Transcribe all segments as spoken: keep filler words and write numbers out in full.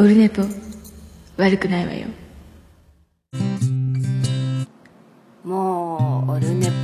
オルネポ悪くないわよ。 もうオルネポ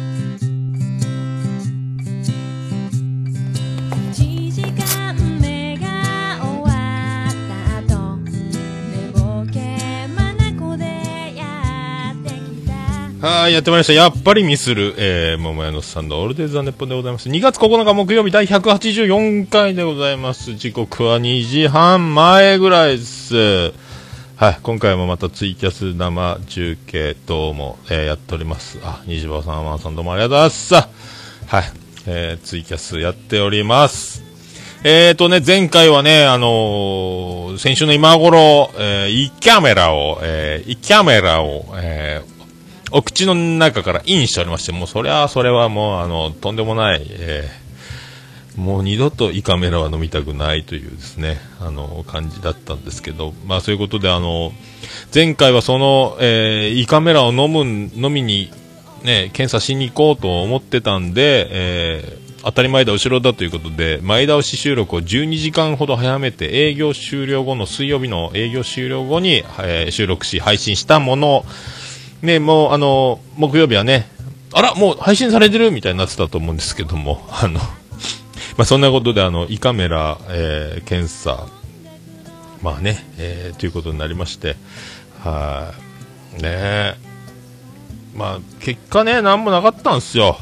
はい、やってまいりました。やっぱりミスる、えー、桃屋のスタンドオールデイズ・ザ・ネッポンでございます。にがつここのか木曜日第ひゃくはちじゅうよんかいでございます。時刻はにじはんまえぐらいです。はい、今回もまたツイキャス生中継等も、えー、やっております。あ、虹場さん、アマンさんどうもありがとうございます。はい、えー、ツイキャスやっております。えーとね、前回はね、あのー、先週の今頃、えー、イキャメラを、えー、イキャメラを、えー、お口の中からインしておりまして、もうそりゃそれはもうあのとんでもない、えー、もう二度とイカメラは飲みたくないというですね、あの感じだったんですけど、まあそういうことで、あの前回はその、えー、イカメラを飲む飲みにね検査しに行こうと思ってたんで、えー、当たり前だ後ろだということで前倒し収録をじゅうにじかんほど早めて営業終了後の水曜日の営業終了後に、えー、収録し配信したものね、もうあの木曜日はね、あらもう配信されてるみたいになってたと思うんですけども、あのまあそんなことであの胃カメラ、えー、検査まあね、えー、ということになりまして、はいね、まあ結果ねなんもなかったんですよ。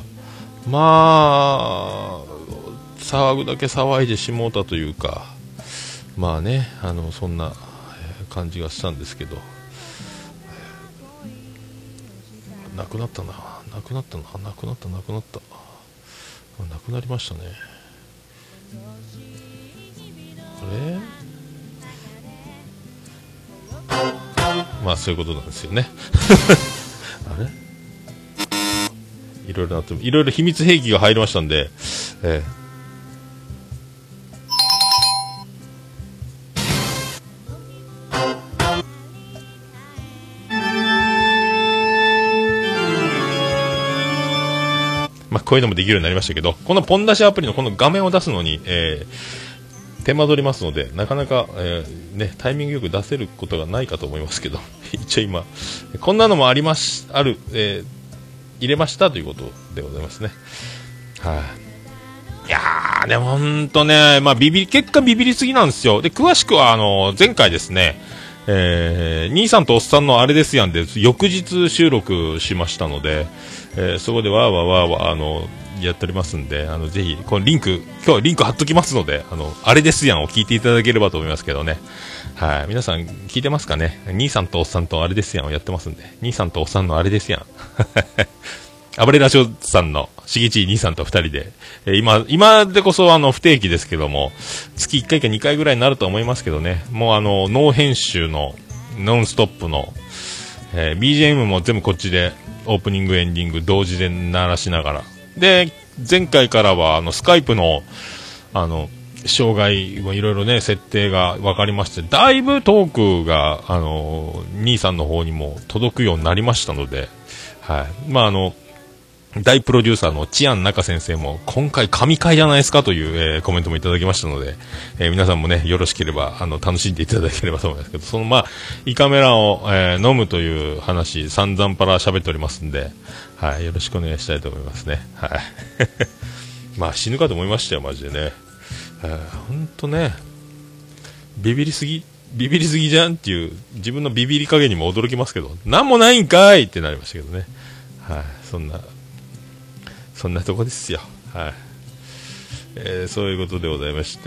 まあ騒ぐだけ騒いでしもうたというか、まあね、あのそんな感じがしたんですけど。なくなったな、なくなったな、なくなった、なくなった、なくなりましたね。あれまあそういうことなんですよね。あれいろいろなって、いろいろ秘密兵器が入りましたんで、えーまあ、こういうのもできるようになりましたけど、このポン出しアプリのこの画面を出すのに、えー、手間取りますので、なかなか、えーね、タイミングよく出せることがないかと思いますけど、一応今こんなのもありますある、えー、入れましたということでございますね。はい、あ、いやーでもほんとね、まあ、ビビり結果ビビりすぎなんですよ。で詳しくはあの前回ですね、えー、兄さんとおっさんのあれですやんで翌日収録しましたので、えー、そこでわーわーわーわーあのやっておりますんで、あのぜひこのリンク今日はリンク貼っときますので、あのあれですやんを聞いていただければと思いますけどね。はい、皆さん聞いてますかね。兄さんとおっさんとあれですやんをやってますんで、兄さんとおっさんのあれですやん暴れラジオさんのしげち兄さんとふたりで、えー、今今でこそあの不定期ですけども月いっかいかにかいぐらいになると思いますけどね、もうあのノー編集のノンストップの、えー、ビージーエム も全部こっちでオープニングエンディング同時で鳴らしながらで、前回からはあのスカイプのあの障害もいろいろね設定が分かりまして、だいぶトークがあの兄さんの方にも届くようになりましたので、はい、まああの大プロデューサーのチアン中先生も今回神回じゃないですかという、えー、コメントもいただきましたので、えー、皆さんもねよろしければあの楽しんでいただければと思いますけど、そのまあ胃カメラを、えー、飲むという話散々パラ喋っておりますんで、はい、よろしくお願いしたいと思いますね。はいまあ死ぬかと思いましたよマジでね。ほんとねビビりすぎビビりすぎじゃんっていう自分のビビり加減にも驚きますけど、なんもないんかいってなりましたけどね。はい、そんなそんなとこですよ。はい、えー、そういうことでございまして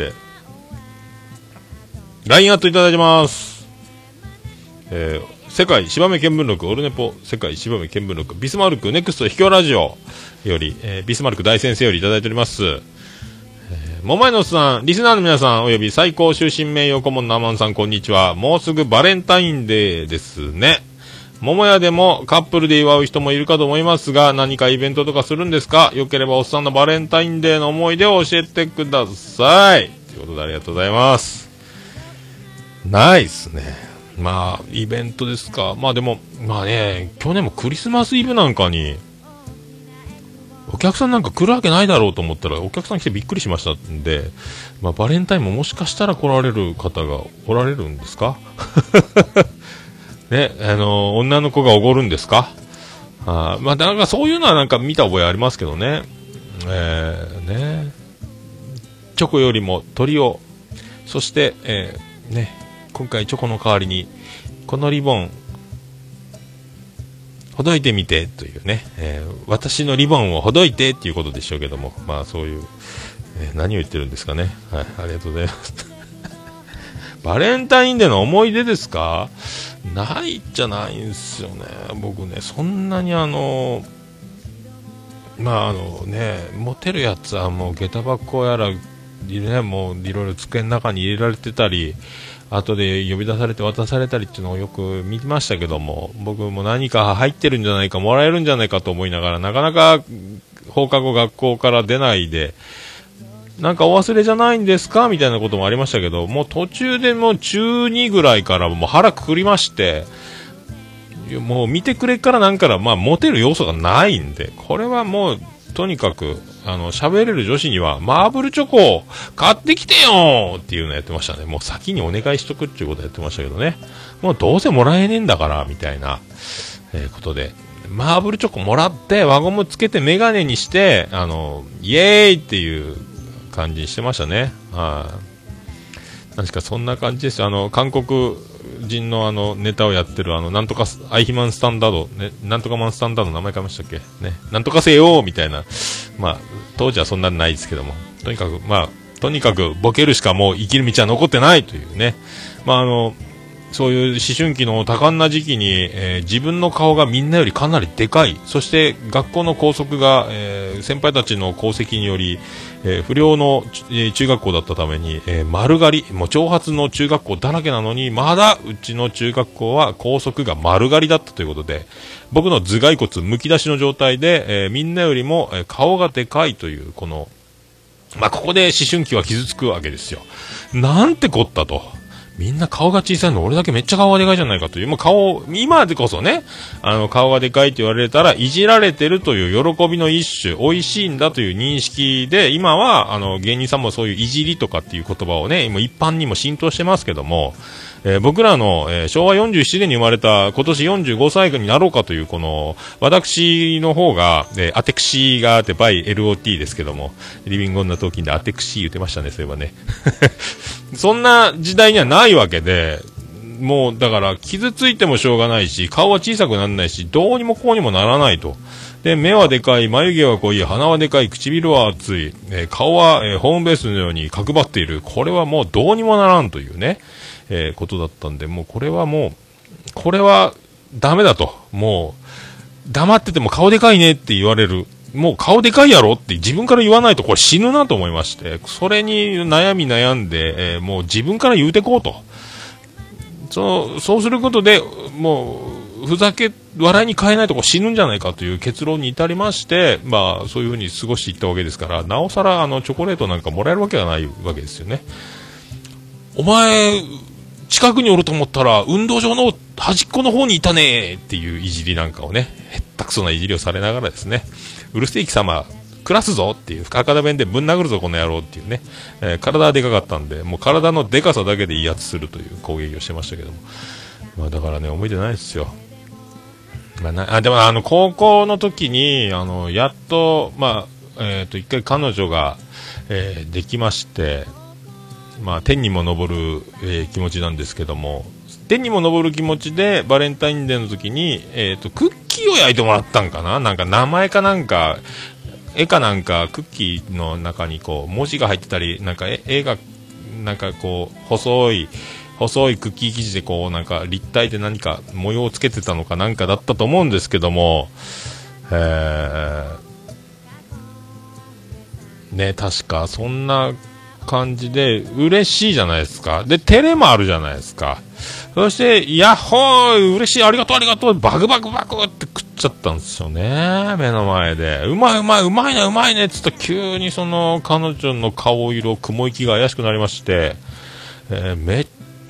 ライン アットいただいてます。えー、世界芝目見聞録オルネポ世界芝目見聞録ビスマルクネクスト秘境ラジオより、えー、ビスマルク大先生よりいただいております。桃屋のさん、リスナーの皆さんおよび最高終身名誉顧問のアマンさん、こんにちは。もうすぐバレンタインデーですね。桃屋でもカップルで祝う人もいるかと思いますが、何かイベントとかするんですか？よければおっさんのバレンタインデーの思い出を教えてくださいということでありがとうございます。ないっすね。まあイベントですか。まあでもまあね、去年もクリスマスイブなんかにお客さんなんか来るわけないだろうと思ったらお客さん来てびっくりしましたんで、まあ、バレンタインももしかしたら来られる方がおられるんですかね、あのー、女の子がおごるんですか。あ、まあ、なんかそういうのはなんか見た覚えありますけどね。えー、ね、チョコよりも鳥を、そして、えー、ね、今回チョコの代わりにこのリボンほどいてみてというね、えー、私のリボンをほどいてっていうことでしょうけども、まあそういう、えー、何を言ってるんですかね。はい、ありがとうございますバレンタインデーの思い出ですか。ないじゃないんですよね。僕ね、そんなにあのまああのね、モテるやつはもう下駄箱やらね、もういろいろ机の中に入れられてたり、後で呼び出されて渡されたりっていうのをよく見ましたけども、僕も何か入ってるんじゃないか、もらえるんじゃないかと思いながら、なかなか放課後学校から出ないで、なんかお忘れじゃないんですかみたいなこともありましたけど、もう途中でもう中にぐらいからもう腹くくりまして、もう見てくれからなんからまあモテる要素がないんで、これはもうとにかくあの喋れる女子にはマーブルチョコを買ってきてよっていうのやってましたね。もう先にお願いしとくっていうことやってましたけどね。もうどうせもらえねえんだからみたいな、えー、ことでマーブルチョコもらって輪ゴムつけてメガネにしてあのイエーイっていう感じにしてましたね。はい、確かそんな感じです。あの韓国人のあのネタをやってるあのなんとかアイヒマンスタンダード、ね、なんとかマンスタンダードの名前変えましたっけね、なんとかせよみたいな、まあ当時はそんなにないですけども、とにかくまあとにかくボケるしかもう生きる道は残ってないというね、まああのそういう思春期の多感な時期に、えー、自分の顔がみんなよりかなりでかい、そして学校の校則が、えー、先輩たちの功績により、えー、不良の、えー、中学校だったために、えー、丸刈り、もう長髪の中学校だらけなのに、まだうちの中学校は校則が丸刈りだったということで、僕の頭蓋骨むき出しの状態で、えー、みんなよりも、えー、顔がでかいというこの、まあ、ここで思春期は傷つくわけですよ。なんてこったと。みんな顔が小さいの俺だけめっちゃ顔がでかいじゃないかという、もう顔、今でこそね、あの顔がでかいって言われたらいじられてるという喜びの一種、美味しいんだという認識で、今はあの芸人さんもそういういじりとかっていう言葉をね、今一般にも浸透してますけども、えー、僕らの、えー、しょうわよんじゅうななねんに生まれた今年よんじゅうごさいになろうかというこの私の方が、えー、アテクシーがあってバイ エルオーティー ですけども、リビングオンなトーキンでアテクシー言ってましたね、そういえばねそんな時代にはないわけで、もうだから傷ついてもしょうがないし、顔は小さくならないし、どうにもこうにもならないと。で、目はでかい、眉毛は濃い、鼻はでかい、唇は厚い、えー、顔は、えー、ホームベースのように角張っている。これはもうどうにもならんというね、えー、ことだったんで、もうこれはもうこれはダメだと。もう黙ってても顔でかいねって言われる。もう顔でかいやろって自分から言わないとこれ死ぬなと思いまして、それに悩み悩んで、えー、もう自分から言うてこうと。そうそうすることでもうふざけ笑いに変えないとこ死ぬんじゃないかという結論に至りまして、まあそういう風に過ごしていったわけですから、なおさらあのチョコレートなんかもらえるわけがないわけですよね。お前近くにおると思ったら運動場の端っこの方にいたねっていういじりなんかをね、へったくそないじりをされながらですね、うるせえ貴様暮らすぞっていう、博多弁でぶん殴るぞこの野郎っていうね、えー、体はでかかったんで、もう体のでかさだけで威圧するという攻撃をしてましたけども、まあだからね、思い出ないですよ。まあ、なあでもあの高校の時にあのやっとまあえっ、ー、と一回彼女が、えー、できまして、まあ天にも昇る、えー、気持ちなんですけども、天にも昇る気持ちでバレンタインデーの時にえっ、ー、とクッキーを焼いてもらったんかな、なんか名前かなんか絵かなんかクッキーの中にこう文字が入ってたり、なんか絵がなんかこう細い細いクッキー生地でこうなんか立体で何か模様をつけてたのかなんかだったと思うんですけども、えー、ね、確かそんな感じで嬉しいじゃないですか。で照れもあるじゃないですか。そしてヤッホー嬉しいありがとうありがとうバクバクバクって食っちゃったんですよね、目の前で。うまいうまいうまいねうまいねっつったら急にその彼女の顔色雲行きが怪しくなりまして、えー、めっ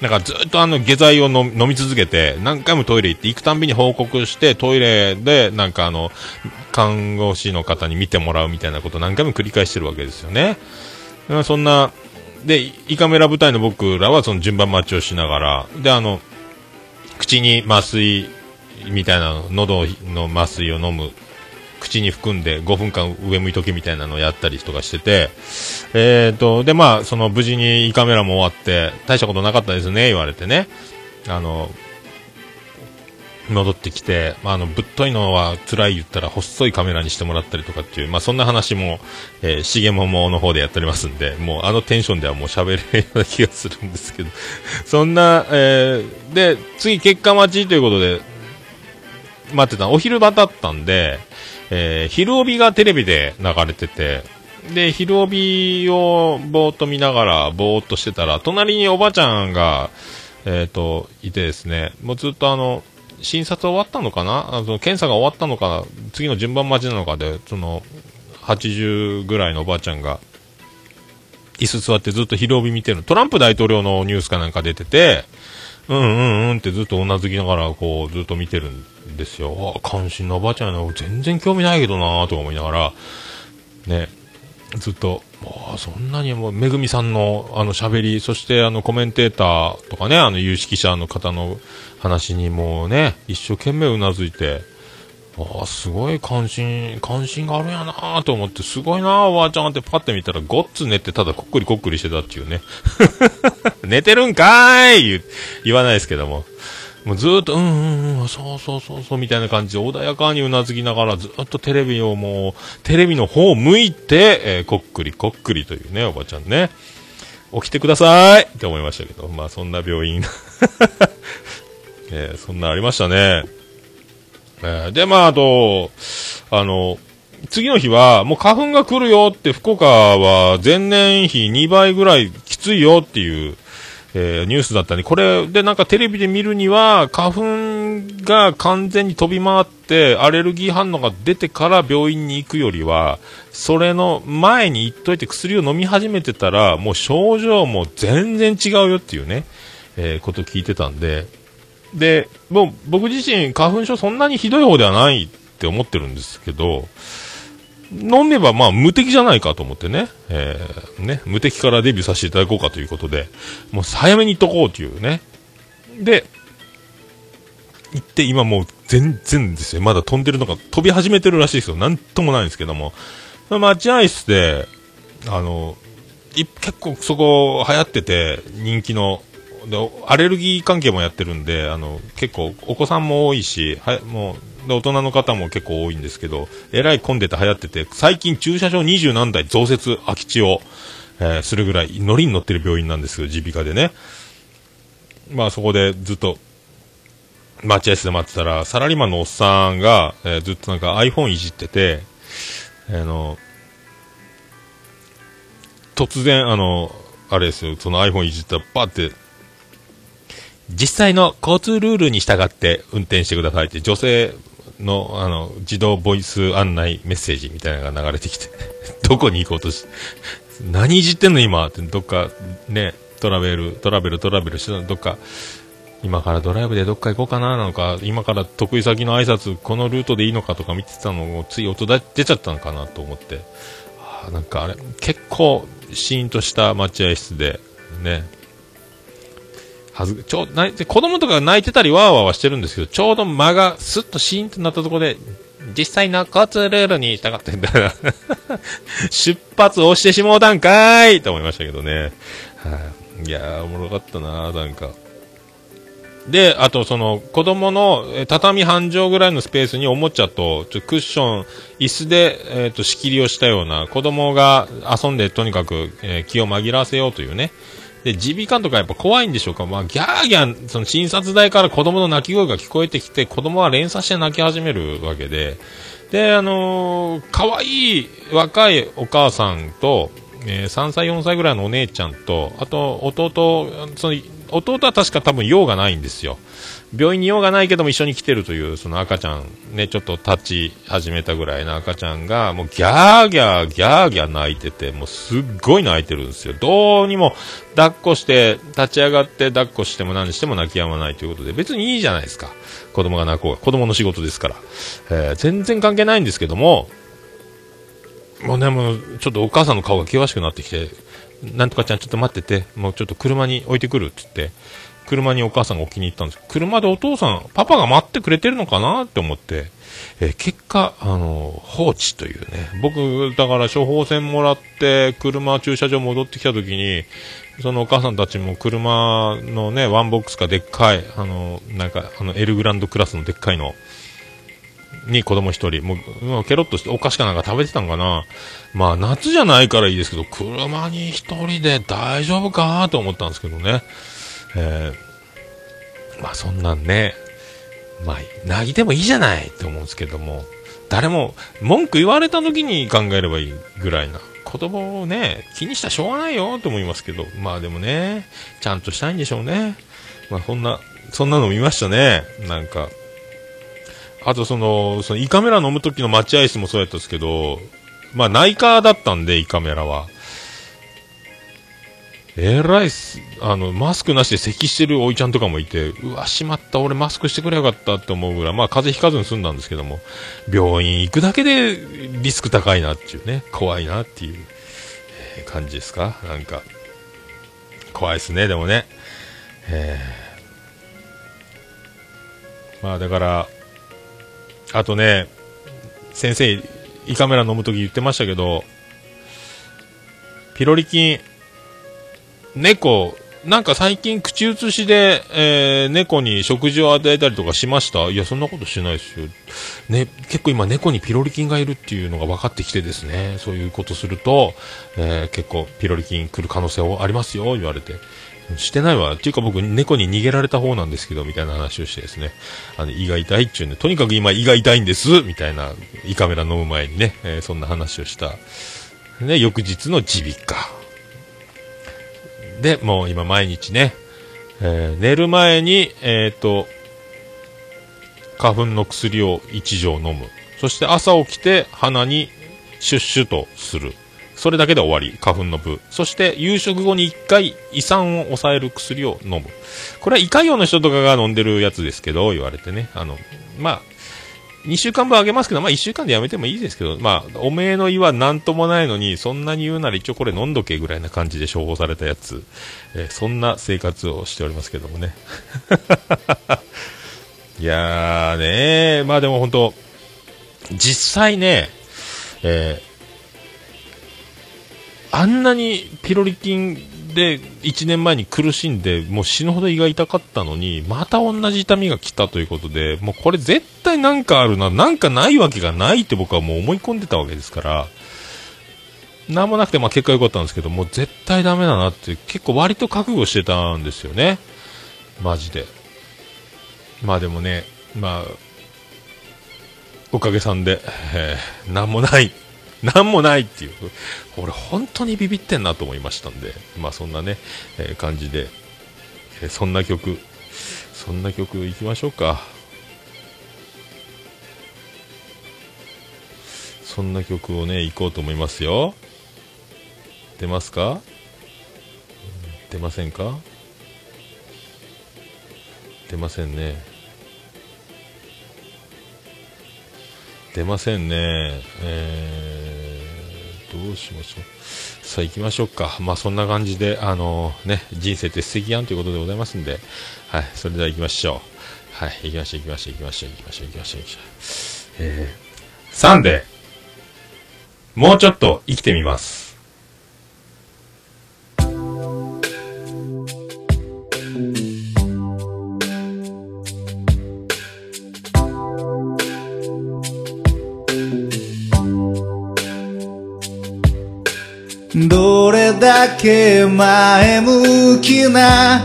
なんかずっとあの下剤を飲み、飲み続けて、何回もトイレ行って、行くたんびに報告して、トイレでなんかあの、看護師の方に見てもらうみたいなことを何回も繰り返してるわけですよね。そんな、で、胃カメラ部隊の僕らはその順番待ちをしながら、で、あの、口に麻酔みたいな、喉の麻酔を飲む、口に含んでごふんかん上向いとけみたいなのをやったりとかしてて、えーと、で、まあ、その無事に胃カメラも終わって、大したことなかったですね、言われてね。あの、戻ってきて、まあ、あの、ぶっといのは辛い言ったら細いカメラにしてもらったりとかっていう、まあ、そんな話も、えー、しげももの方でやっておりますんで、もうあのテンションではもう喋れるような気がするんですけど、そんな、えー、で、次結果待ちということで、待ってたお昼場だったんで、えー、昼帯がテレビで流れてて、で、昼帯をぼーっと見ながら、ぼーっとしてたら、隣におばちゃんが、えっと、いてですね、もうずっとあの、診察終わったのかなあの、検査が終わったのかな次の順番待ちなのかで、その、はちじゅうぐらいのおばあちゃんが、椅子座ってずっと昼帯見てる。トランプ大統領のニュースかなんか出てて、うんうんうんってずっとうなずきながら、こう、ずっと見てるんですよ。あ、関心のおばあちゃんやな。全然興味ないけどなぁとか思いながら、ね、ずっと、あ、そんなにもう、めぐみさんのあの喋り、そしてあのコメンテーターとかね、あの有識者の方の話にもうね、一生懸命うなずいて、あ、すごい関心、関心があるんやなぁと思って、すごいなぁおばあちゃんってパッて見たら、ごっつ寝てただこっくりこっくりしてたっていうね。寝てるんかーい 言, 言わないですけども。もうずーっと、うんうんうん、そうそうそうそうみたいな感じで穏やかにうなずきながらずっとテレビをもう、テレビの方を向いて、えー、こっくりこっくりというね、おばちゃんね。起きてくださいって思いましたけど、まあそんな病院、えー、そんなありましたね。えー、で、まああと、あの、次の日はもう花粉が来るよって福岡は前年比にばいぐらいきついよっていう、えー、ニュースだったね。これでなんかテレビで見るには花粉が完全に飛び回ってアレルギー反応が出てから病院に行くよりはそれの前に行っといて薬を飲み始めてたらもう症状も全然違うよっていうね、えー、こと聞いてたんで、でもう僕自身花粉症そんなにひどい方ではないって思ってるんですけど、飲めばまあ無敵じゃないかと思ってね、えー、ね、無敵からデビューさせていただこうかということで、もう早めに行っとこうというね。で、行って今もう全然ですよ。まだ飛んでるのが飛び始めてるらしいですよ。なんともないんですけども。待合室で、あの、い結構そこ流行ってて人気の、でアレルギー関係もやってるんで、あの、結構お子さんも多いし、はもう、で大人の方も結構多いんですけど、えらい混んでて流行ってて、最近駐車場にじゅうなんだい増設空き地を、えー、するぐらい乗りに乗ってる病院なんですけど、耳鼻科でね。まあそこでずっと待合室で待ってたら、サラリーマンのおっさんが、えー、ずっとなんか iPhone いじってて、あの突然あのあれですよ、その iPhone いじったらパって実際の交通ルールに従って運転してくださいって女性のあの自動ボイス案内メッセージみたいなのが流れてきてどこに行こうとし何いじってんの今って、どっかねトラベルトラベルトラベルしてたの、どっか今からドライブでどっか行こうかななのか、今から得意先の挨拶このルートでいいのかとか見てたのをつい音出ちゃったのかなと思って、あ、なんかあれ結構シーンとした待合室でね、はずちょ泣いて子供とかが泣いてたりワーワーはしてるんですけど、ちょうど間がスッとシーンとなったところで実際の交通ルールに従ってんだ出発をしてしもうたんかーいと思いましたけどね、はあ、いやーおもろかったな、なんかで、あとその子供の畳半畳ぐらいのスペースにおもちゃとちょクッション椅子で、えー、と仕切りをしたような、子供が遊んでとにかく、えー、気を紛らわせようというね。で、耳鼻科とかやっぱ怖いんでしょうか。まあ、ギャーギャー、その診察台から子供の泣き声が聞こえてきて、子供は連鎖して泣き始めるわけで、で、あのー、可愛い若いお母さんと、えー、さんさいよんさいぐらいのお姉ちゃんと、あと弟、その弟は確か多分用がないんですよ。 病院に用がないけども一緒に来てるというその赤ちゃんね、ちょっと立ち始めたぐらいの赤ちゃんがもうギャーギャーギャーギャー泣いてて、もうすっごい泣いてるんですよ。どうにも抱っこして立ち上がって抱っこしても何しても泣き止まないということで、別にいいじゃないですか、子供が泣こうが、子供の仕事ですから、えー、全然関係ないんですけども、もうね、もうちょっとお母さんの顔が険しくなってきて、なんとかちゃんちょっと待ってて、もうちょっと車に置いてくるって言って、車にお母さんが置きに行ったんです。車でお父さん、パパが待ってくれてるのかなって思って、えー、結果、あの、放置というね。僕、だから処方箋もらって、車駐車場戻ってきた時に、そのお母さんたちも車のね、ワンボックスかでっかい、あの、なんか、あの、エルグランドクラスのでっかいの、に子供一人、もう、ケロッとしてお菓子かなんか食べてたんかな。まあ、夏じゃないからいいですけど、車に一人で大丈夫かと思ったんですけどね。えー、まあそんなんね、まあ泣いてもいいじゃないって思うんですけども、誰も文句言われた時に考えればいいぐらいな、子供をね気にしたらしょうがないよと思いますけど、まあでもねちゃんとしたいんでしょうね。まあそんなそんなの見ましたね。なんかあとそのその胃カメラ飲む時の待合室もそうやったんですけど、まあ内科だったんで胃カメラは。えらいす、あの、マスクなしで咳してるおいちゃんとかもいて、うわ、しまった、俺マスクしてくれよかったって思うぐらい、まあ、風邪ひかずに済んだんですけども、病院行くだけでリスク高いなっていうね、怖いなっていう、えー、感じですか。なんか、怖いですね、でもね。えー、まあ、だから、あとね、先生、胃カメラ飲むとき言ってましたけど、ピロリ菌、猫、なんか最近口移しで、えー、猫に食事を与えたりとかしました？いや、そんなことしてないですよ。ね、結構今猫にピロリ菌がいるっていうのが分かってきてですね、そういうことすると、えー、結構ピロリ菌来る可能性ありますよ、言われて。してないわ。っていうか僕、猫に逃げられた方なんですけど、みたいな話をしてですね、あの、胃が痛いっていうんで、とにかく今胃が痛いんです、みたいな、胃カメラ飲む前にね、えー、そんな話をした。ね、翌日の耳鼻科。で、もう今毎日ね、えー、寝る前に、えっと、花粉の薬をいち錠飲む。そして朝起きて鼻にシュッシュとする。それだけで終わり、花粉の部。そして夕食後にいっかい胃酸を抑える薬を飲む。これは胃潰瘍の人とかが飲んでるやつですけど、言われてね。あの、まあ、にしゅうかんぶんあげますけど、まあいっしゅうかんでやめてもいいですけど、まあ、おめえの胃はなんともないのに、そんなに言うなら一応これ飲んどけぐらいな感じで処方されたやつ、えー、そんな生活をしておりますけどもね。いやーねー、まあでも本当実際ね、えー、あんなにピロリ菌でいちねんまえに苦しんでもう死ぬほど胃が痛かったのに、また同じ痛みが来たということで、もうこれ絶対なんかあるな、なんかないわけがないって僕はもう思い込んでたわけですから、なんもなくてまあ結果良かったんですけど、もう絶対ダメだなって結構割と覚悟してたんですよね、マジで。まあでもね、まあおかげさんで、えー、なんもないなんもないっていう、俺本当にビビってんなと思いましたんで、まあそんなね、えー、感じで、えー、そんな曲そんな曲いきましょうか。そんな曲をね行こうと思いますよ。出ますか？出ませんか？出ませんね。出ませんね。えー、どうしましょう。さあ行きましょうか。まあそんな感じで、あのー、ね、人生って素敵やんということでございますんで、はい、それでは行きましょう。はい、行きましょう、行きましょう、行きましょう、行きましょう、行きましょう、行きましょう。えー、さんで、もうちょっと生きてみます。 どれだけ前向きな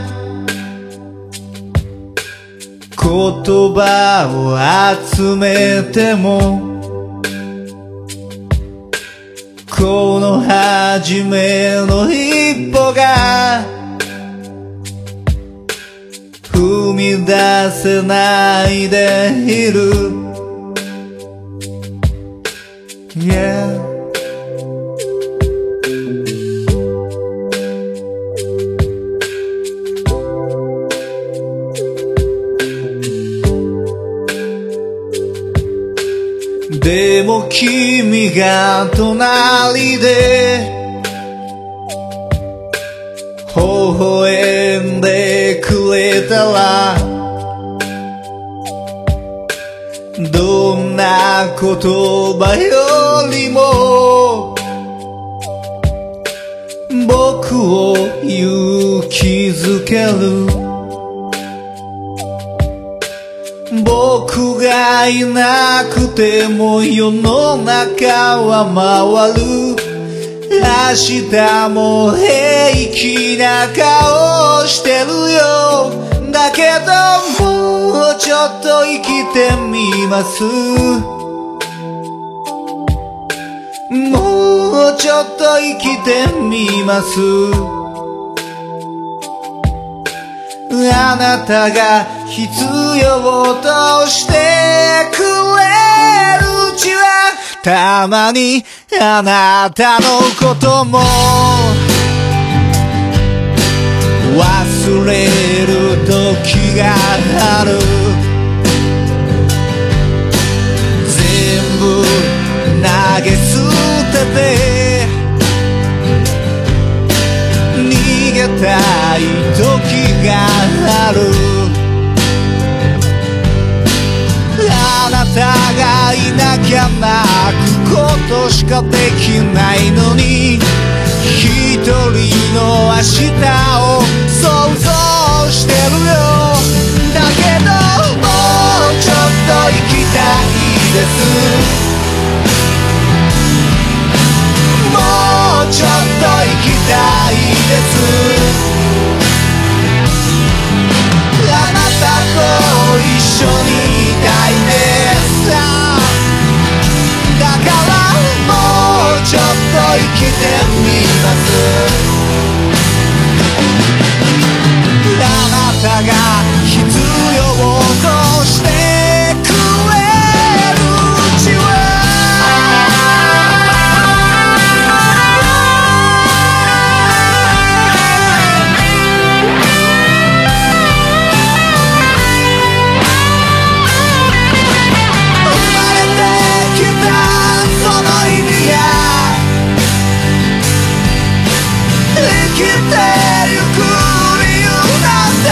言葉を集めても、この初めの一歩が踏み出せないでいる、yeah。でも君が隣で微笑んでくれたら、どんな言葉よりも僕を勇気づける。僕がいなくても世の中は回る。明日も平気な顔してるよ。だけどもうちょっと生きてみます。もうちょっと生きてみます。あなたが必要としてくれるうちは、たまにあなたのことも忘れる時がある。全部投げ捨てて逃げたい時がある。あなたがいなきゃ泣くことしかできないのに、一人の明日を想像してるよ。だけどもうちょっと生きたいです。もうちょっと生きたいです。あなたと一緒にいたいねさ。だからもうちょっと生きてみます。あなたが必要としてくれるうちは、生きてゆく理由なんて、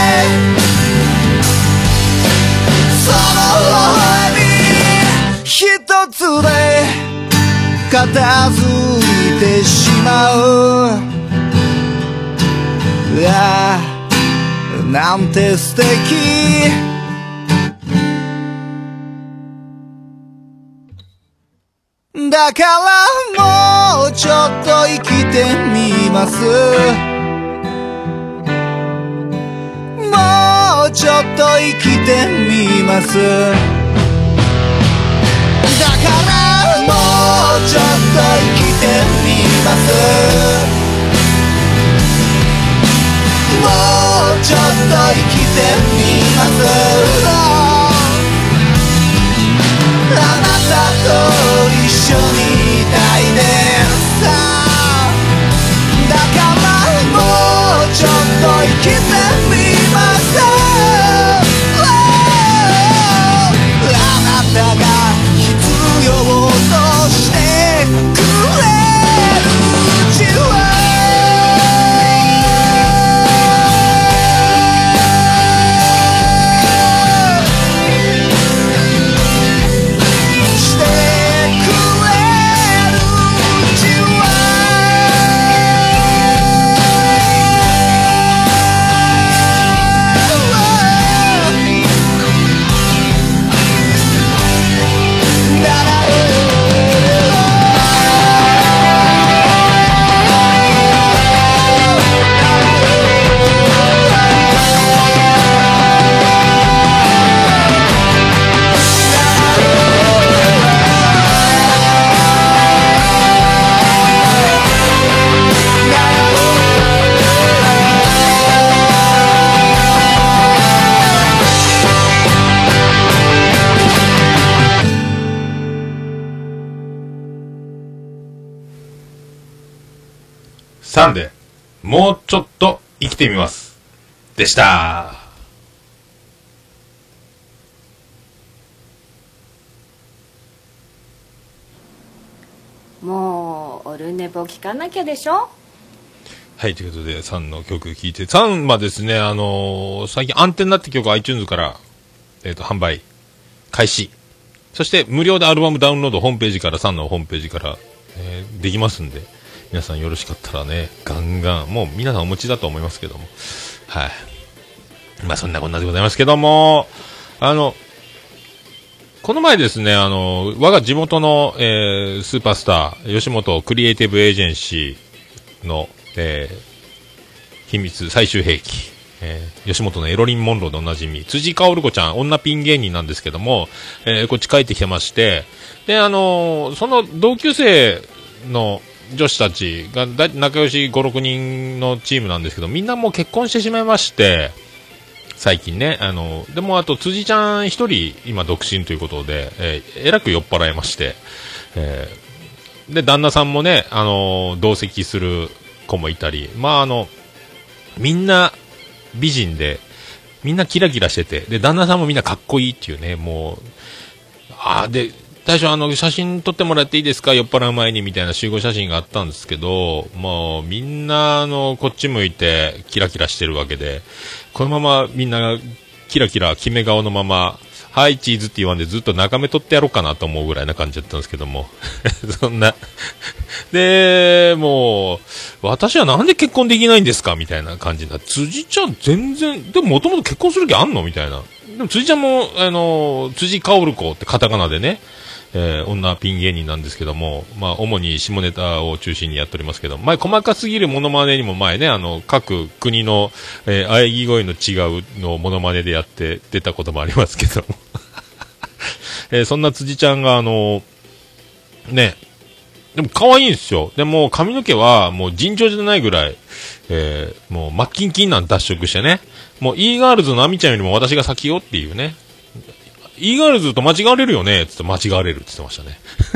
その方に一つで片付いてしまう。ああ、なんて素敵。だからもうちょっと生きてみます。もうちょっと生きてみます。だからもうちょっと生きてみます。もうちょっと生きてみます。あなたと一緒にいたいねさ。だからもうちょっと生きてみます。あなたが必要としてくれさんで、もうちょっと生きてみます。でした。 もうオルネポ聞かなきゃでしょ。 はい、ということでさんの曲聴いて、さんはですね、あのー、最近アンテナって曲 iTunes から、えーと、販売開始、そして無料でアルバムダウンロードホームページからさんのホームページから、えー、できますんで、皆さんよろしかったらね、ガンガン、もう皆さんお持ちだと思いますけども、はい、まあそんなこんなでございますけども、あのこの前ですね、あの我が地元の、えー、スーパースター吉本クリエイティブエージェンシーの、えー、秘密最終兵器、えー、吉本のエロリン・モンローでおなじみ辻香織子ちゃん、女ピン芸人なんですけども、えー、こっち帰ってきてまして、で、あのー、その同級生の女子たちがだ仲良しご、ろくにんのチームなんですけど、みんなもう結婚してしまいまして、最近ね、あのでもあと辻ちゃん一人今独身ということで、えー、えらく酔っ払いまして、えー、で旦那さんもね、あの同席する子もいたり、まああのみんな美人で、みんなキラキラしてて、で旦那さんもみんなかっこいいっていうね、もうあで最初あの写真撮ってもらっていいですか、酔っ払う前にみたいな集合写真があったんですけど、もうみんなあのこっち向いてキラキラしてるわけで、このままみんなキラキラ決め顔のままはいチーズって言わんでずっと眺め撮ってやろうかなと思うぐらいな感じだったんですけどもそんなでもう私はなんで結婚できないんですかみたいな感じになって、辻ちゃん全然でももともと結婚する気あんのみたいな。でも辻ちゃんもあの辻香織子ってカタカナでね、えー、女ピン芸人なんですけども、まあ主に下ネタを中心にやっておりますけど、前細かすぎるモノマネにも前ね、あの各国の、えー、喘ぎ声の違うのモノマネでやって出たこともありますけども、えー、そんな辻ちゃんがあのね、でも可愛いんですよ。でも髪の毛はもう尋常じゃないぐらい、えー、もうマッキンキンなん脱色してね、もう e ガールズのアミちゃんよりも私が先よっていうね。e ガールズと間違われるよねつって間違われるって言ってましたね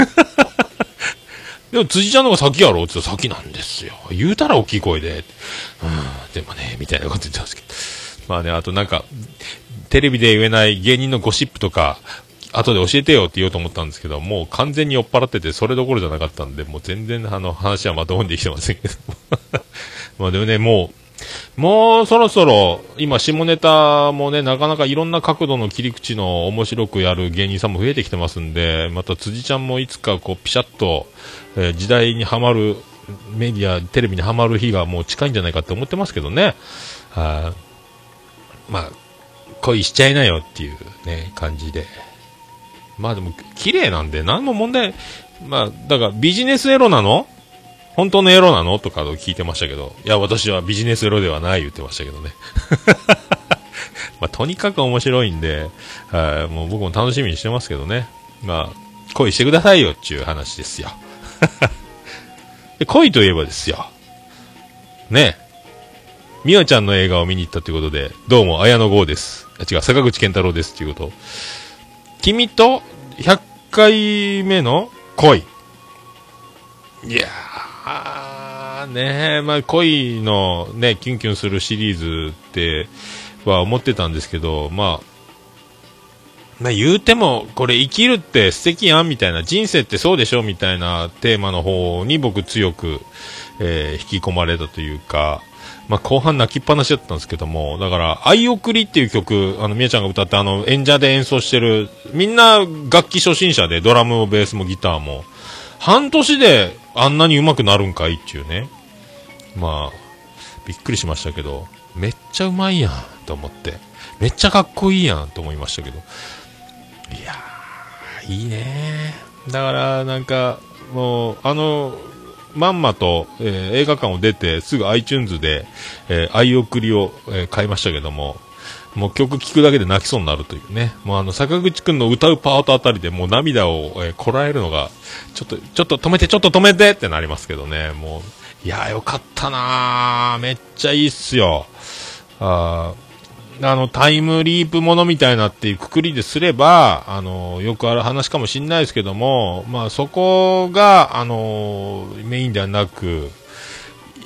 でも辻ちゃんの方が先やろって言ったら先なんですよ、言うたら大きい声で、うんでもねみたいなこと言ってますけど、まあね、あとなんかテレビで言えない芸人のゴシップとか後で教えてよって言おうと思ったんですけど、もう完全に酔っ払っててそれどころじゃなかったんで、もう全然あの話はまともにできてませんけどまあでもね、もうもうそろそろ今下ネタもね、なかなかいろんな角度の切り口の面白くやる芸人さんも増えてきてますんで、また辻ちゃんもいつかこうピシャッと、えー、時代にはまるメディアテレビにはまる日がもう近いんじゃないかって思ってますけどね。はまあ恋しちゃいなよっていうね感じで、まあでも綺麗なんで何も問題、まあだからビジネスエロなの本当のエロなのとか聞いてましたけど、いや私はビジネスエロではない言ってましたけどねまあとにかく面白いんで、はい、もう僕も楽しみにしてますけどね。まあ恋してくださいよっていう話ですよで恋といえばですよね、みおちゃんの映画を見に行ったということで、どうも綾野剛です、あ違う坂口健太郎ですということ、君とひゃっかいめの恋、いやーねー、まあ恋のねキュンキュンするシリーズっては思ってたんですけど、まあまあ言うてもこれ生きるって素敵やんみたいな、人生ってそうでしょみたいなテーマの方に僕強く、えー、引き込まれたというか、まあ後半泣きっぱなしだったんですけども、だから愛送りっていう曲、あのみやちゃんが歌ってあの演者で演奏してる、みんな楽器初心者でドラムもベースもギターも半年であんなに上手くなるんかいっていうね、まあびっくりしましたけど、めっちゃうまいやんと思って、めっちゃかっこいいやんと思いましたけど、いやーいいねー。だからなんかもうあのまんまと、えー、映画館を出てすぐ iTunes で、えー、愛送りを、えー、買いましたけども、もう曲聴くだけで泣きそうになるというね、もうあの坂口くんの歌うパートあたりでもう涙を、えー、こらえるのがちょっとちょっと止めてちょっと止めてってなりますけどね、もういやーよかったなー、めっちゃいいっすよ。ああのタイムリープものみたいなっていうくくりですれば、あのよくある話かもしれないですけども、まあそこがあのメインではなく、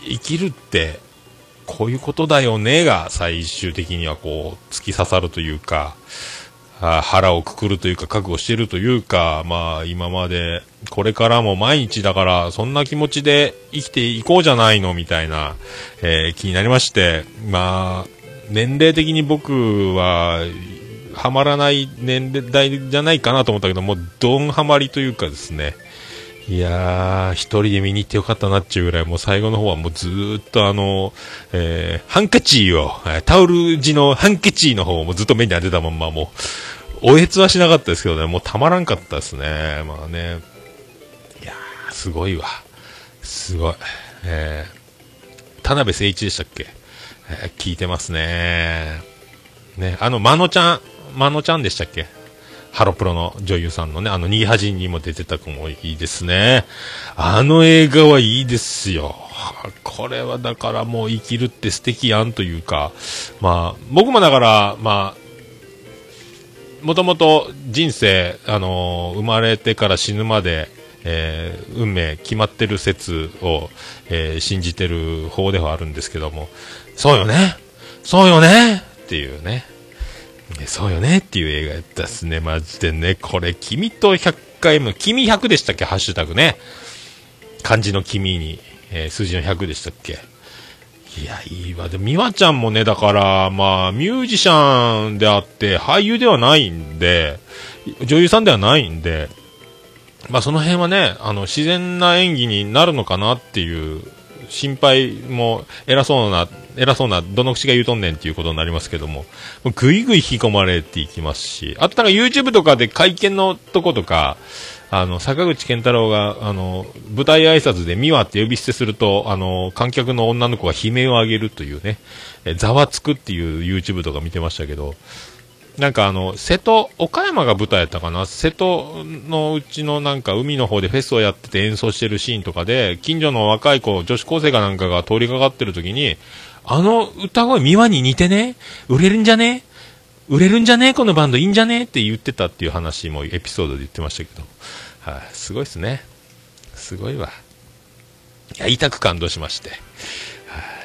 生きるってこういうことだよねが最終的にはこう突き刺さるというか、あ腹をくくるというか覚悟しているというか、まあ今までこれからも毎日だからそんな気持ちで生きていこうじゃないのみたいな、えー、気になりまして、まあ年齢的に僕はハマらない年齢代じゃないかなと思ったけども、ドンハマりというかですね、いやー一人で見に行ってよかったなっていうぐらい、もう最後の方はもうずーっとあの、えー、ハンカチーをタオル地のハンカチーの方をもうずっと目に当てたまんま、もうおえつはしなかったですけどね、もうたまらんかったですね。まあね、いやーすごいわ、すごい、えー、田辺誠一でしたっけ、えー、聞いてますね。ね、あのまのちゃんまのちゃんでしたっけ、ハロプロの女優さんのね、あの逃げ恥にも出てた子もいいですね。あの映画はいいですよ。これはだからもう生きるって素敵やんというか、まあ僕もだからまあもともと人生、あのー、生まれてから死ぬまで、えー、運命決まってる説を、えー、信じてる方ではあるんですけども、そうよねそうよねっていうね、そうよねっていう映画やったっすね、マジでね。これ君とひゃっかいも、君ひゃくでしたっけ、ハッシュタグね、漢字の君に、えー、数字のひゃくでしたっけ。いやいいわ。で美和ちゃんもね、だからまあミュージシャンであって俳優ではないんで、女優さんではないんで、まあその辺はね、あの自然な演技になるのかなっていう心配も、偉そうな偉そうなどの口が言うとんねんっていうことになりますけども、ぐいぐい引き込まれていきますし、あとなんか YouTube とかで会見のとことか、あの坂口健太郎があの舞台挨拶で美和って呼び捨てすると、あの観客の女の子が悲鳴を上げるというね、えざわつくっていう YouTube とか見てましたけど、なんかあの瀬戸岡山が舞台やったかな、瀬戸のうちのなんか海の方でフェスをやってて演奏してるシーンとかで、近所の若い子女子高生かなんかが通りかかってる時に、あの歌声美和に似てね、売れるんじゃね売れるんじゃねこのバンドいいんじゃねって言ってたっていう話もエピソードで言ってましたけど、はい、すごいですね、すごいわ。いや痛く感動しまして、はい、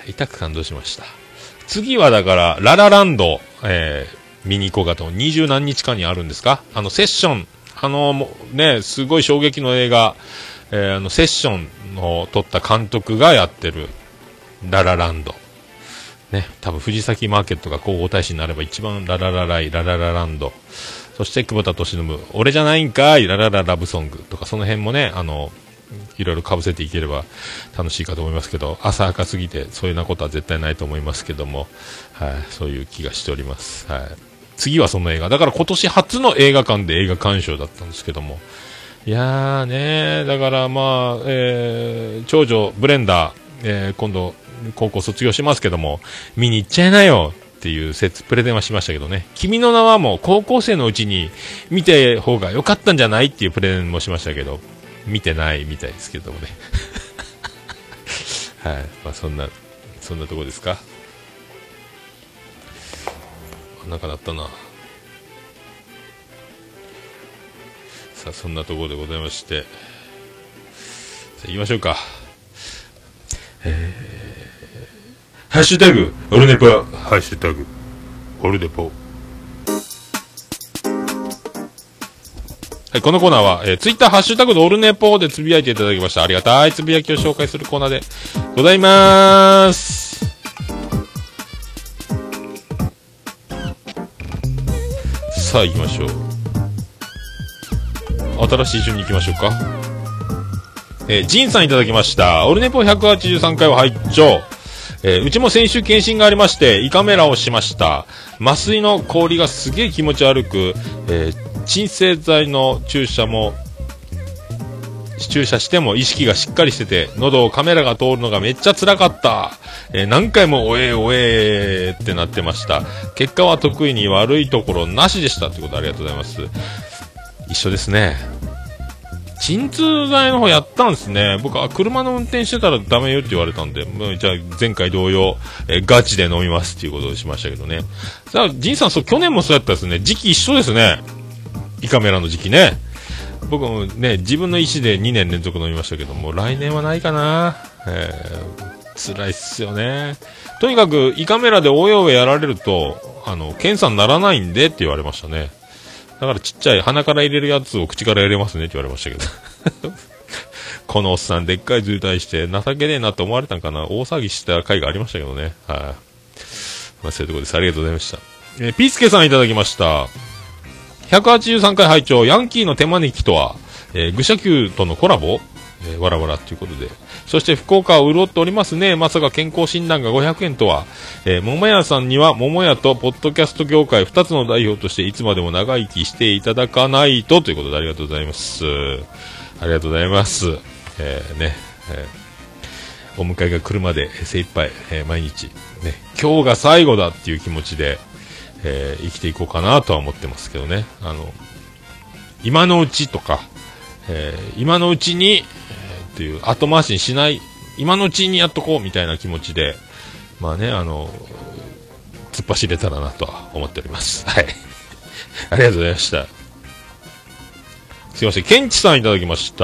痛く感動しました。次はだからララランド、えー、見に行こうかと。二十何日間にあるんですか、あのセッション、あのもねすごい衝撃の映画、えー、あのセッションを撮った監督がやってるララランドね、多分藤崎マーケットが広報大使になれば一番ラララライラララランド、そして久保田利伸俺じゃないんかいララララブソングとか、その辺もね、あのいろいろ被せていければ楽しいかと思いますけど、浅はかすぎてそういうようなことは絶対ないと思いますけども、はい、そういう気がしております。はい、次はその映画だから今年初の映画館で映画鑑賞だったんですけども、いやーね、だからまあ、えー、長女ブレンダー、えー、今度高校卒業しますけども見に行っちゃいなよっていう説プレゼンはしましたけどね、君の名はもう高校生のうちに見て方が良かったんじゃないっていうプレゼンもしましたけど、見てないみたいですけどもねはい、まあそんなそんなとこですか。なんかなったな。さあそんなところでございまして、さあ行きましょうか。えー、ハッシュタグオルネポ、ハッシュタグオルネポ。はい、このコーナーは、えー、ツイッターハッシュタグのオルネポでつぶやいていただきました。ありがたいつぶやきを紹介するコーナーでございます。さあ行きましょう。新しい順に行きましょうか。えー、ジンさんいただきました。オルネポひゃくはちじゅうさんかいを拝聴、えー、うちも先週検診がありまして胃カメラをしました。麻酔の氷がすげえ気持ち悪く、えー、鎮静剤の注射も注射しても意識がしっかりしてて喉をカメラが通るのがめっちゃ辛かった、えー、何回もおえおえってなってました。結果は得意に悪いところなしでしたということでありがとうございます。一緒ですね。鎮痛剤の方やったんですね。僕は車の運転してたらダメよって言われたんで、もうじゃあ前回同様、えー、ガチで飲みますっていうことをしましたけどね。さあ、ジンさん、そう、去年もそうやったですね。時期一緒ですね。胃カメラの時期ね。僕もね、自分の意思でにねん連続飲みましたけども、来年はないかな。え辛いっすよね。とにかく胃カメラでおえおえやられるとあの検査にならないんでって言われましたね。だからちっちゃい鼻から入れるやつを口から入れますねって言われましたけどこのおっさんでっかい渋滞して情けねえなって思われたんかな。大騒ぎした回がありましたけどね。はい、まあ、そういうところです。ありがとうございました。えー、ピースケさんいただきました。ひゃくはちじゅうさんかい拝聴。ヤンキーの手招きとは、えー、愚者級とのコラボ、えー、わらわらということで、そして福岡を潤っておりますね。まさか健康診断がごひゃくえんとは。えー、桃屋さんには桃屋とポッドキャスト業界ふたつの代表としていつまでも長生きしていただかないとということで、ありがとうございます。ありがとうございます。えー、ね、えー、お迎えが来るまで精一杯、えー、毎日ね、今日が最後だっていう気持ちで、えー、生きていこうかなとは思ってますけどね。あの今のうちとか、えー、今のうちに、えー、っていう後回しにしない、今のうちにやっとこうみたいな気持ちで、まあね、あの突っ走れたらなとは思っております。はいありがとうございました。すいません、ケンチさんいただきました。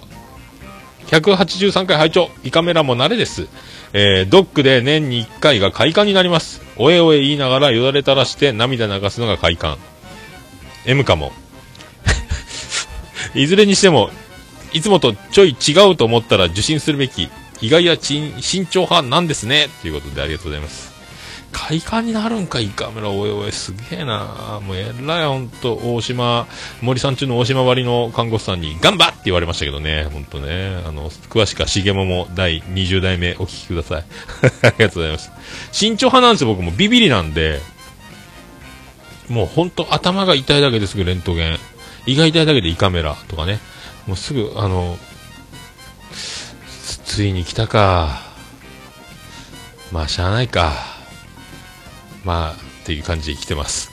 ひゃくはちじゅうさんかい拝聴。胃カメラも慣れです。えー、ドックで年にいっかいが快感になります。おえおえ言いながらよだれ垂らして涙流すのが快感。 M かもいずれにしてもいつもとちょい違うと思ったら受診するべき。意外や慎重派なんですねということで、ありがとうございます。快感になるんか、胃カメラおえおえすげえな。もうえらいほんと、大島森さん中の大島割の看護師さんに頑張って言われましたけどね、ほんとね。あの詳しくはしげももだいにじゅうだいめお聞きくださいありがとうございます。慎重派なんですよ。僕もビビりなんで、もうほんと頭が痛いだけですぐレントゲン、胃が痛いだけで胃カメラとかね、もうすぐあのつ, ついに来たか、まあしゃあないか、まあっていう感じで生きてます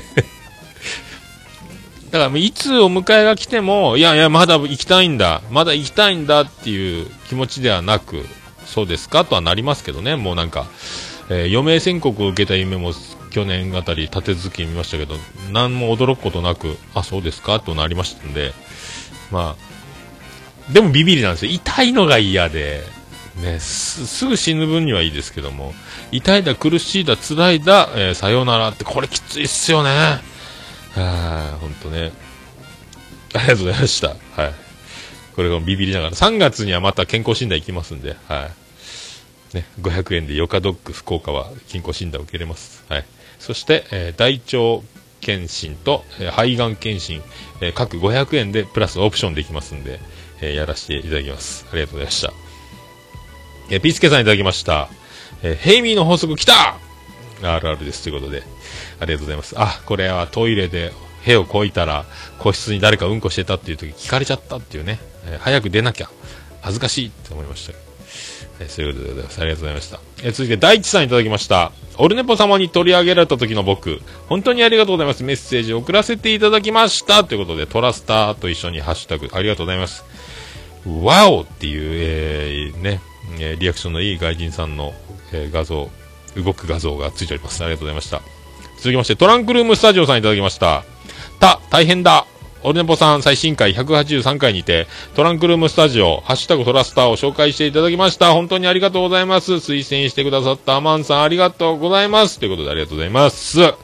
だからいつお迎えが来ても、いやいやまだ行きたいんだまだ行きたいんだっていう気持ちではなく、そうですかとはなりますけどね。もうなんか、えー、余命宣告を受けた夢も去年あたり立て続けに見ましたけど、何も驚くことなく、あそうですかとなりましたんで、まあでもビビりなんですよ。痛いのが嫌でね、す, すぐ死ぬ分にはいいですけども、痛いだ苦しいだ辛いだ、えー、さようならってこれきついっすよね。はほんとね、ありがとうございました。はい、これがビビりながらさんがつにはまた健康診断行きますんで、はいね、ごひゃくえんでヨカドッグ福岡は健康診断を受けれます。はい、そして、えー、大腸検診と、えー、肺がん検診、えー、各ごひゃくえんでプラスオプションできますんで、えー、やらせていただきます。ありがとうございました。えー、ピースケさんいただきました。えー、ヘイミーの法則来た アールアール ですということで、ありがとうございます。あ、これはトイレで屁をこいたら個室に誰かうんこしてたっていう時聞かれちゃったっていうね、えー、早く出なきゃ恥ずかしいって思いました。えー、そういうことでございます。ありがとうございました。えー、続いて大地さんいただきました。オルネポ様に取り上げられた時の僕、本当にありがとうございます。メッセージを送らせていただきましたということで、トラスターと一緒にハッシュタグありがとうございます。ワオっていう、えー、ね、えー、リアクションのいい外人さんの、えー、画像、動く画像がついております。ありがとうございました。続きましてトランクルームスタジオさんいただきました。た大変だ、オルネポさん最新回ひゃくはちじゅうさんかいにてトランクルームスタジオハッシュタグトラスターを紹介していただきました。本当にありがとうございます。推薦してくださったアマンさんありがとうございますということで、ありがとうございます。はい、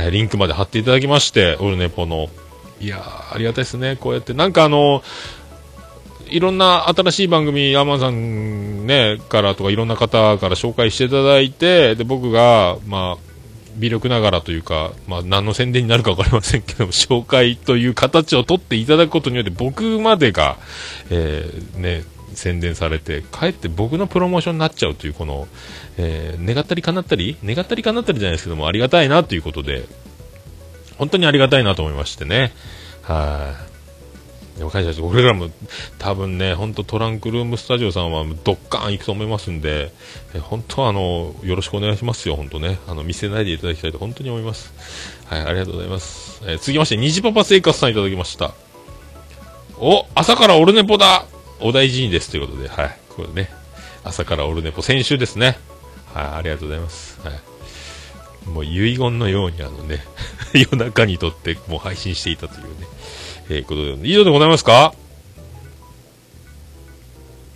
リンクまで貼っていただきまして、オルネポの、いやーありがたいですね。こうやってなんかあのいろんな新しい番組アマンさんねからとかいろんな方から紹介していただいて、で僕がまあ微力ながらというか、まあ、何の宣伝になるか分かりませんけども、紹介という形を取っていただくことによって僕までが、えーね、宣伝されてかえって僕のプロモーションになっちゃうという、この、えー、願ったり叶ったり願ったり叶ったりじゃないですけども、ありがたいなということで本当にありがたいなと思いましてね。はい、でも会社俺らも多分ね、本当トランクルームスタジオさんはドッカーン行くと思いますんで、え本当あのよろしくお願いしますよ。本当ね、あの見せないでいただきたいと本当に思います。はい、ありがとうございます。えー、続きまして虹パパ生活さんいただきました。お、朝からオルネポだ、お大事にですということで、はい、これね、朝からオルネポ先週ですね。はい、ありがとうございます。はい、もう遺言のようにあのね夜中にとってもう配信していたというね。えー、ことで以上でございますか。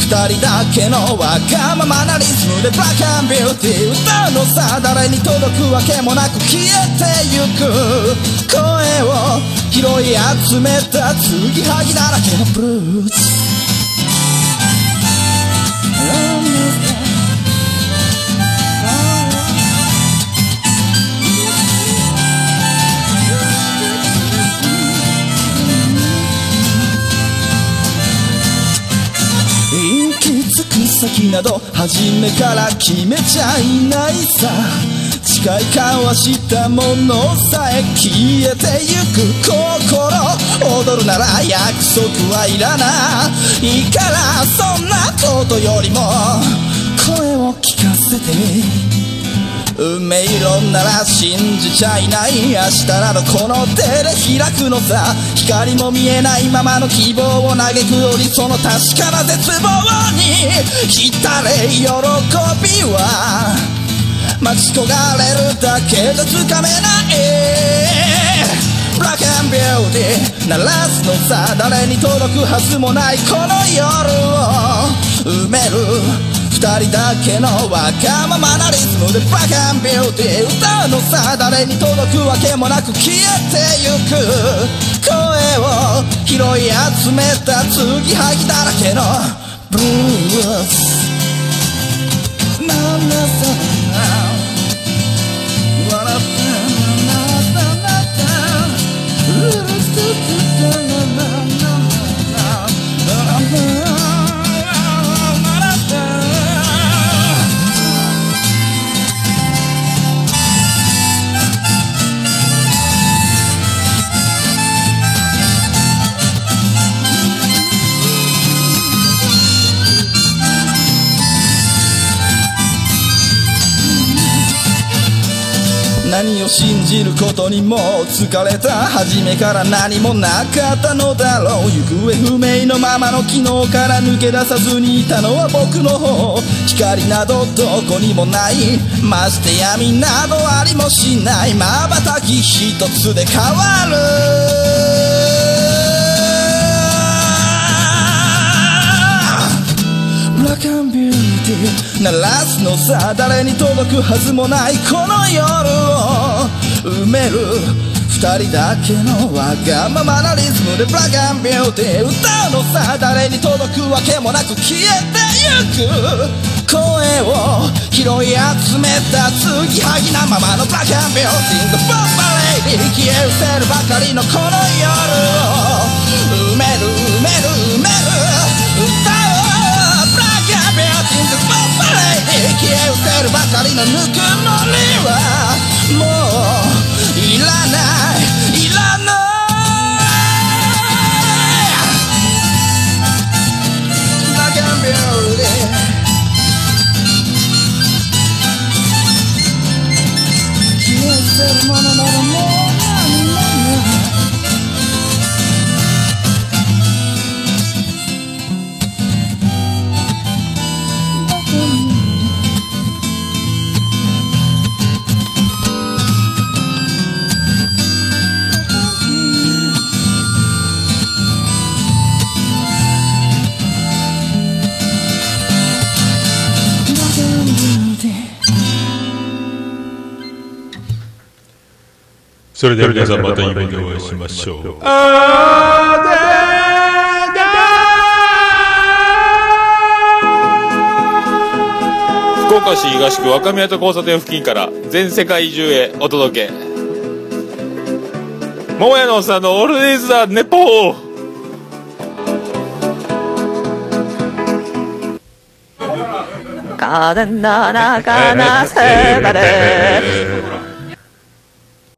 二人だけのわがままなリズムでブラックアンビューティー歌うのさ誰に届くわけもなく消えてゆく声を拾い集めた継ぎはぎだらけのブルース先など初めから決めちゃいないさ誓い交わしたものさえ消えてゆく心踊るなら約束はいらないからそんなことよりも声を聞かせて運命論なら信じちゃいない明日などこの手で開くのさ光も見えないままの希望を嘆くよりその確かな絶望に浸れ喜びは待ち焦がれるだけじゃつかめないブラックアンビューティー鳴らすのさ誰に届くはずもないこの夜を埋める二人だけのわがままなリズムでブラックアンビューティー歌うのさ誰に届くわけもなく消えてゆく声を拾い集めた継ぎはぎだらけのブルースなんださ笑って何を信じることにも疲れた初めから何もなかったのだろう行方不明のままの昨日から抜け出さずにいたのは僕の方光などどこにもないまして闇などありもしない瞬き一つで変わるブラックアンビューティー鳴らすのさ誰に届くはずもないこの夜を埋める二人だけのわがままなリズムでブラックアンビューティー歌うのさ誰に届くわけもなく消えてゆく声を拾い集めた継ぎはぎなままのブラックアンビューティー The Bomb Lady 消え失せるばかりのこの夜を埋める埋める埋める歌う消え失せるばかりのぬくもりはもういらないいらないだけのビューティー消え失せるものならもう何もないそれでは皆さんまた夢でお会いしましょう。福岡市東区若宮と交差点付近から全世界中へお届け桃屋のおっさんのオールディーズ・ザ・ネポー風の中のすばる